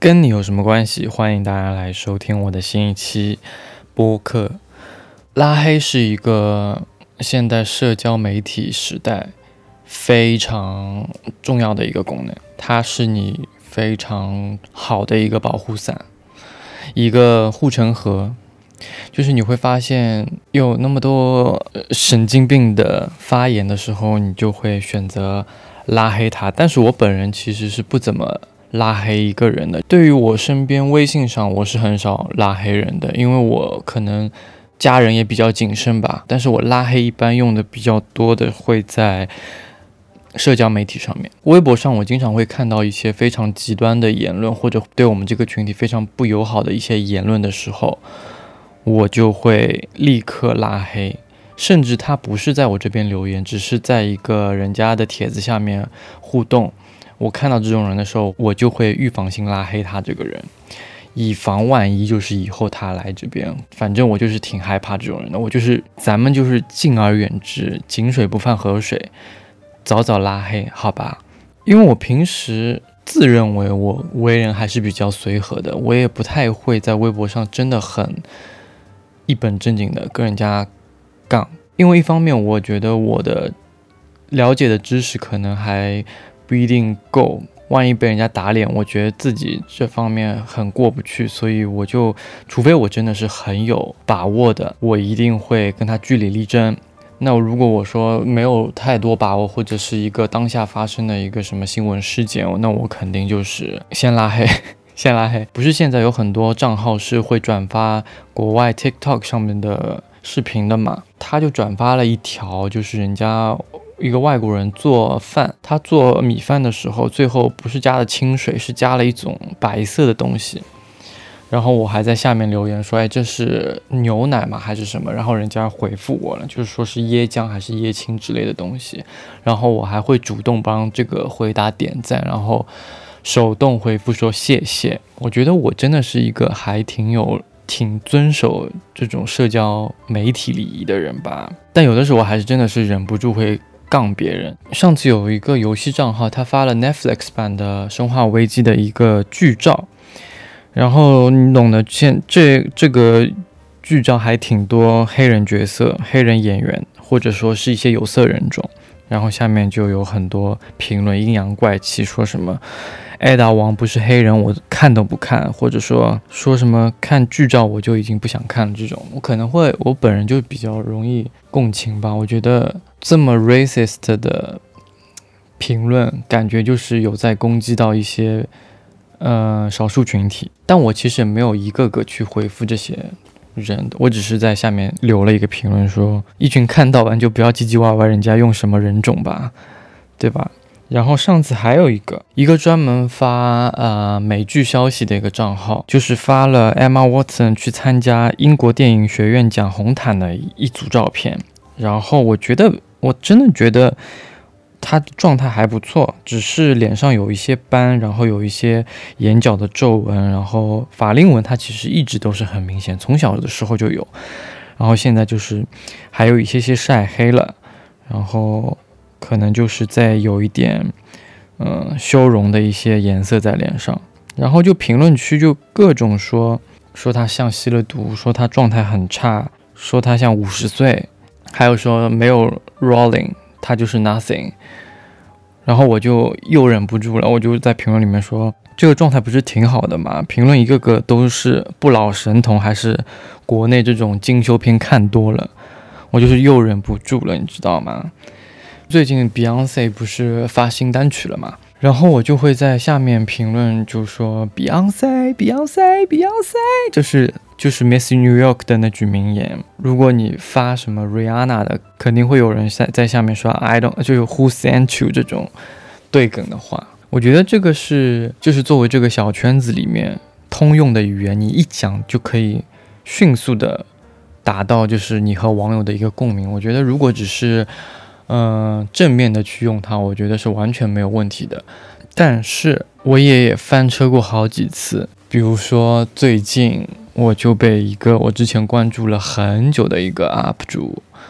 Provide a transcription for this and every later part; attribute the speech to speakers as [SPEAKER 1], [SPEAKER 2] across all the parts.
[SPEAKER 1] 跟你有什么关系？欢迎大家来收听我的新一期播客。拉黑是一个现代社交媒体时代非常重要的一个功能，它是你非常好的一个保护伞，一个护城河。就是你会发现有那么多神经病的发言的时候，你就会选择拉黑他。但是我本人其实是不怎么拉黑一个人的。对于我身边微信上，我是很少拉黑人的，因为我可能家人也比较谨慎吧。但是我拉黑一般用的比较多的会在社交媒体上面。微博上我经常会看到一些非常极端的言论，或者对我们这个群体非常不友好的一些言论的时候，我就会立刻拉黑。甚至他不是在我这边留言，只是在一个人家的帖子下面互动，我看到这种人的时候，我就会预防性拉黑他这个人，以防万一，就是以后他来这边，反正我就是挺害怕这种人的。咱们就是敬而远之，井水不犯河水，早早拉黑，好吧？因为我平时自认为我为人还是比较随和的，我也不太会在微博上真的很一本正经的跟人家杠，因为一方面我觉得我的了解的知识可能还不一定够，万一被人家打脸，我觉得自己这方面很过不去，所以我就除非我真的是很有把握的，我一定会跟他据理力争。那如果我说没有太多把握，或者是一个当下发生的一个什么新闻事件，那我肯定就是先拉黑先拉黑。不是现在有很多账号是会转发国外 TikTok 上面的视频的嘛，他就转发了一条，就是人家一个外国人做饭，他做米饭的时候最后不是加了清水，是加了一种白色的东西。然后我还在下面留言说，这是牛奶吗还是什么？然后人家回复我了，就是说是椰浆还是椰青之类的东西。然后我还会主动帮这个回答点赞，然后手动回复说谢谢。我觉得我真的是一个还挺遵守这种社交媒体礼仪的人吧，但有的时候我还是真的是忍不住会杠别人。上次有一个游戏账号，他发了 Netflix 版的《生化危机》的一个剧照，然后你懂得，这个剧照还挺多黑人角色、黑人演员，或者说是一些有色人种。然后下面就有很多评论阴阳怪气，说什么艾达王不是黑人我看都不看，或者说什么看剧照我就已经不想看了，这种我本人就比较容易共情吧。我觉得这么 racist 的评论感觉就是有在攻击到一些少数群体，但我其实也没有一个个去回复这些人，我只是在下面留了一个评论说，一群看到完就不要唧唧歪歪人家用什么人种吧，对吧？然后上次还有一个专门发美剧消息的一个账号，就是发了 Emma Watson 去参加英国电影学院奖红毯的一组照片。然后我真的觉得他的状态还不错，只是脸上有一些斑，然后有一些眼角的皱纹，然后法令纹它其实一直都是很明显，从小的时候就有，然后现在就是还有一些晒黑了，然后可能就是在有一点修容的一些颜色在脸上。然后就评论区就各种说他像吸了毒，说他状态很差，说他像50岁，还有说没有 rolling他就是 nothing。 然后我就又忍不住了，我就在评论里面说，这个状态不是挺好的吗？评论一个个都是不老神童，还是国内这种精修片看多了，我就是又忍不住了，你知道吗？最近 Beyonce 不是发新单曲了吗？然后我就会在下面评论，就说 Beyonce 就是 Miss New York 的那句名言。如果你发什么 Rihanna 的，肯定会有人在下面说 I don't 就是 Who sent you 这种对梗的话。我觉得这个就是作为这个小圈子里面通用的语言，你一讲就可以迅速的达到就是你和网友的一个共鸣。我觉得如果只是正面的去用它，我觉得是完全没有问题的。但是我也翻车过好几次，比如说最近我就被一个我之前关注了很久的一个 UP 主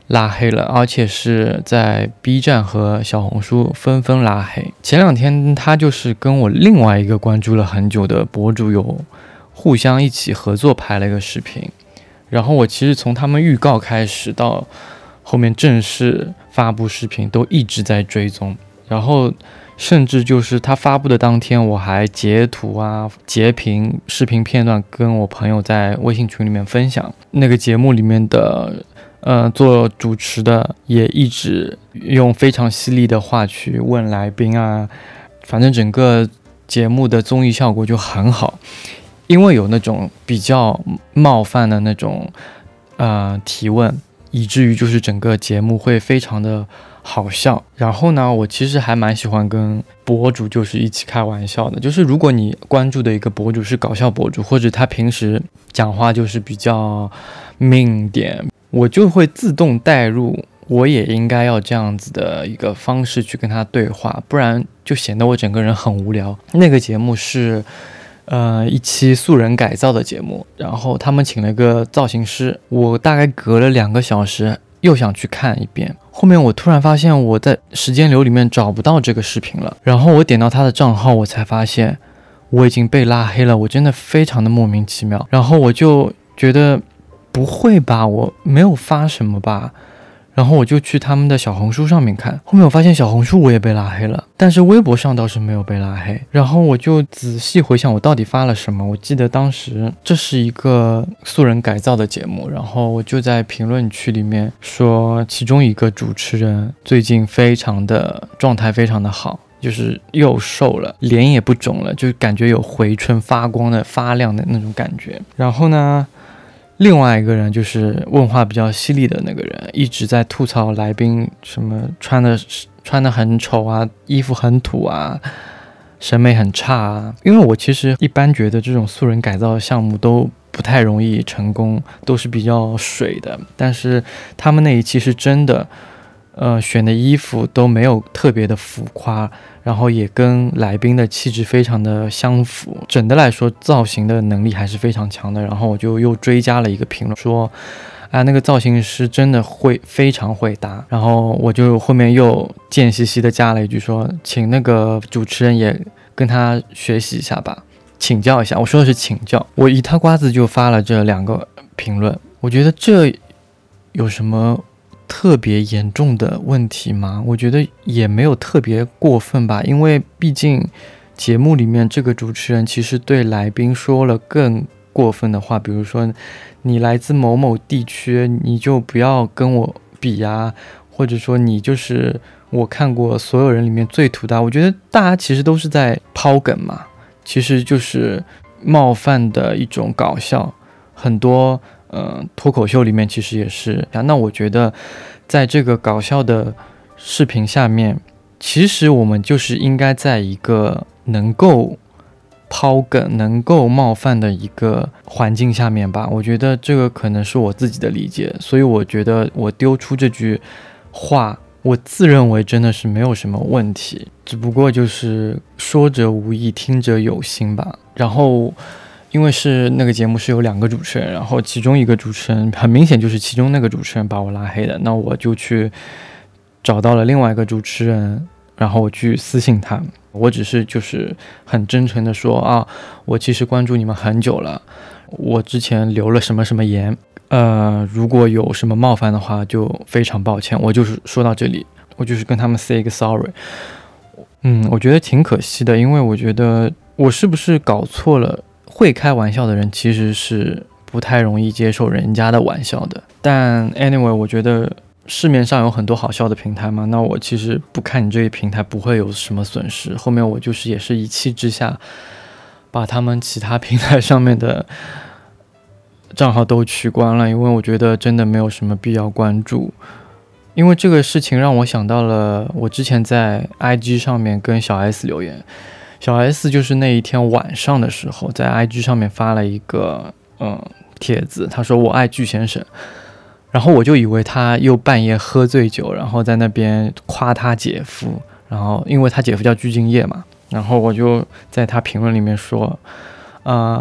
[SPEAKER 1] 拉黑了，而且是在 B 站和小红书纷纷拉黑。前2天他就是跟我另外一个关注了很久的博主有互相一起合作拍了一个视频，然后我其实从他们预告开始到后面正式发布视频都一直在追踪，然后甚至就是他发布的当天我还截图啊截屏视频片段跟我朋友在微信群里面分享。那个节目里面的做主持的也一直用非常犀利的话去问来宾啊，反正整个节目的综艺效果就很好，因为有那种比较冒犯的那种提问，以至于就是整个节目会非常的好笑。然后呢，我其实还蛮喜欢跟博主就是一起开玩笑的，就是如果你关注的一个博主是搞笑博主，或者他平时讲话就是比较命点，我就会自动带入我也应该要这样子的一个方式去跟他对话，不然就显得我整个人很无聊。那个节目是一期素人改造的节目，然后他们请了个造型师，我大概隔了2个小时又想去看一遍，后面我突然发现我在时间流里面找不到这个视频了，然后我点到他的账号，我才发现我已经被拉黑了，我真的非常的莫名其妙。然后我就觉得不会吧，我没有发什么吧，然后我就去他们的小红书上面看，后面我发现小红书我也被拉黑了，但是微博上倒是没有被拉黑。然后我就仔细回想我到底发了什么，我记得当时这是一个素人改造的节目，然后我就在评论区里面说其中一个主持人最近状态非常的好，就是又瘦了，脸也不肿了，就感觉有回春发光的发亮的那种感觉。然后呢，另外一个人就是问话比较犀利的那个人，一直在吐槽来宾什么穿的很丑啊，衣服很土啊，审美很差啊。因为我其实一般觉得这种素人改造的项目都不太容易成功，都是比较水的，但是他们那一期是真的选的衣服都没有特别的浮夸，然后也跟来宾的气质非常的相符，整的来说造型的能力还是非常强的。然后我就又追加了一个评论说那个造型师真的非常会搭，然后我就后面又贱兮兮的加了一句说请那个主持人也跟他学习一下吧，请教一下，我说的是请教。我一塌瓜子就发了这2个评论，我觉得这有什么特别严重的问题吗？我觉得也没有特别过分吧，因为毕竟节目里面这个主持人其实对来宾说了更过分的话，比如说你来自某某地区，你就不要跟我比啊，或者说你就是我看过所有人里面最土的。我觉得大家其实都是在抛梗嘛，其实就是冒犯的一种搞笑，很多脱口秀里面其实也是。那我觉得在这个搞笑的视频下面，其实我们就是应该在一个能够抛梗能够冒犯的一个环境下面吧，我觉得这个可能是我自己的理解，所以我觉得我丢出这句话，我自认为真的是没有什么问题，只不过就是说者无意听者有心吧。然后因为是那个节目是有2个主持人，然后其中一个主持人很明显就是其中那个主持人把我拉黑的，那我就去找到了另外一个主持人，然后我去私信他，我只是就是很真诚的说我其实关注你们很久了，我之前留了什么什么言，如果有什么冒犯的话就非常抱歉，我就是说到这里，我就是跟他们 say 一个 sorry。我觉得挺可惜的，因为我觉得我是不是搞错了，会开玩笑的人其实是不太容易接受人家的玩笑的。但 anyway， 我觉得市面上有很多好笑的平台嘛，那我其实不看你这一平台不会有什么损失。后面我就是也是一气之下把他们其他平台上面的账号都取关了，因为我觉得真的没有什么必要关注。因为这个事情让我想到了我之前在 IG 上面跟小 S 留言，小 S 就是那一天晚上的时候在 IG 上面发了一个帖子，他说我爱巨先生，然后我就以为他又半夜喝醉酒，然后在那边夸他姐夫，然后因为他姐夫叫具俊晔嘛，然后我就在他评论里面说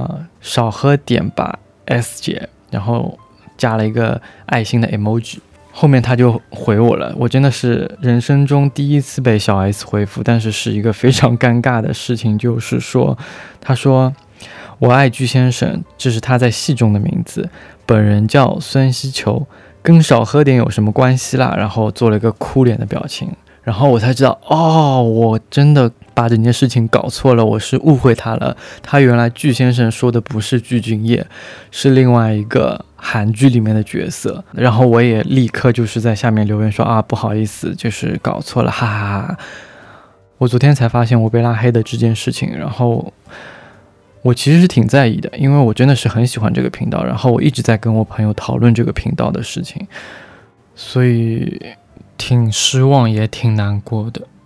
[SPEAKER 1] 少喝点吧 S 姐，然后加了一个爱心的 emoji。 后面他就回我了，我真的是人生中第一次被小 S 回复，但是是一个非常尴尬的事情，就是说，他说我爱具先生，这是他在戏中的名字，本人叫孙希球，跟少喝点有什么关系啦？然后做了一个哭脸的表情，然后我才知道，哦，我真的把整件事情搞错了，我是误会他了。他原来具先生说的不是具俊晔，是另外一个韩剧里面的角色。然后我也立刻就是在下面留言说啊，不好意思，就是搞错了，哈哈哈。我昨天才发现我被拉黑的这件事情，然后我其实是挺在意的，因为我真的是很喜欢这个频道，然后我一直在跟我朋友讨论这个频道的事情，所以挺失望也挺难过的。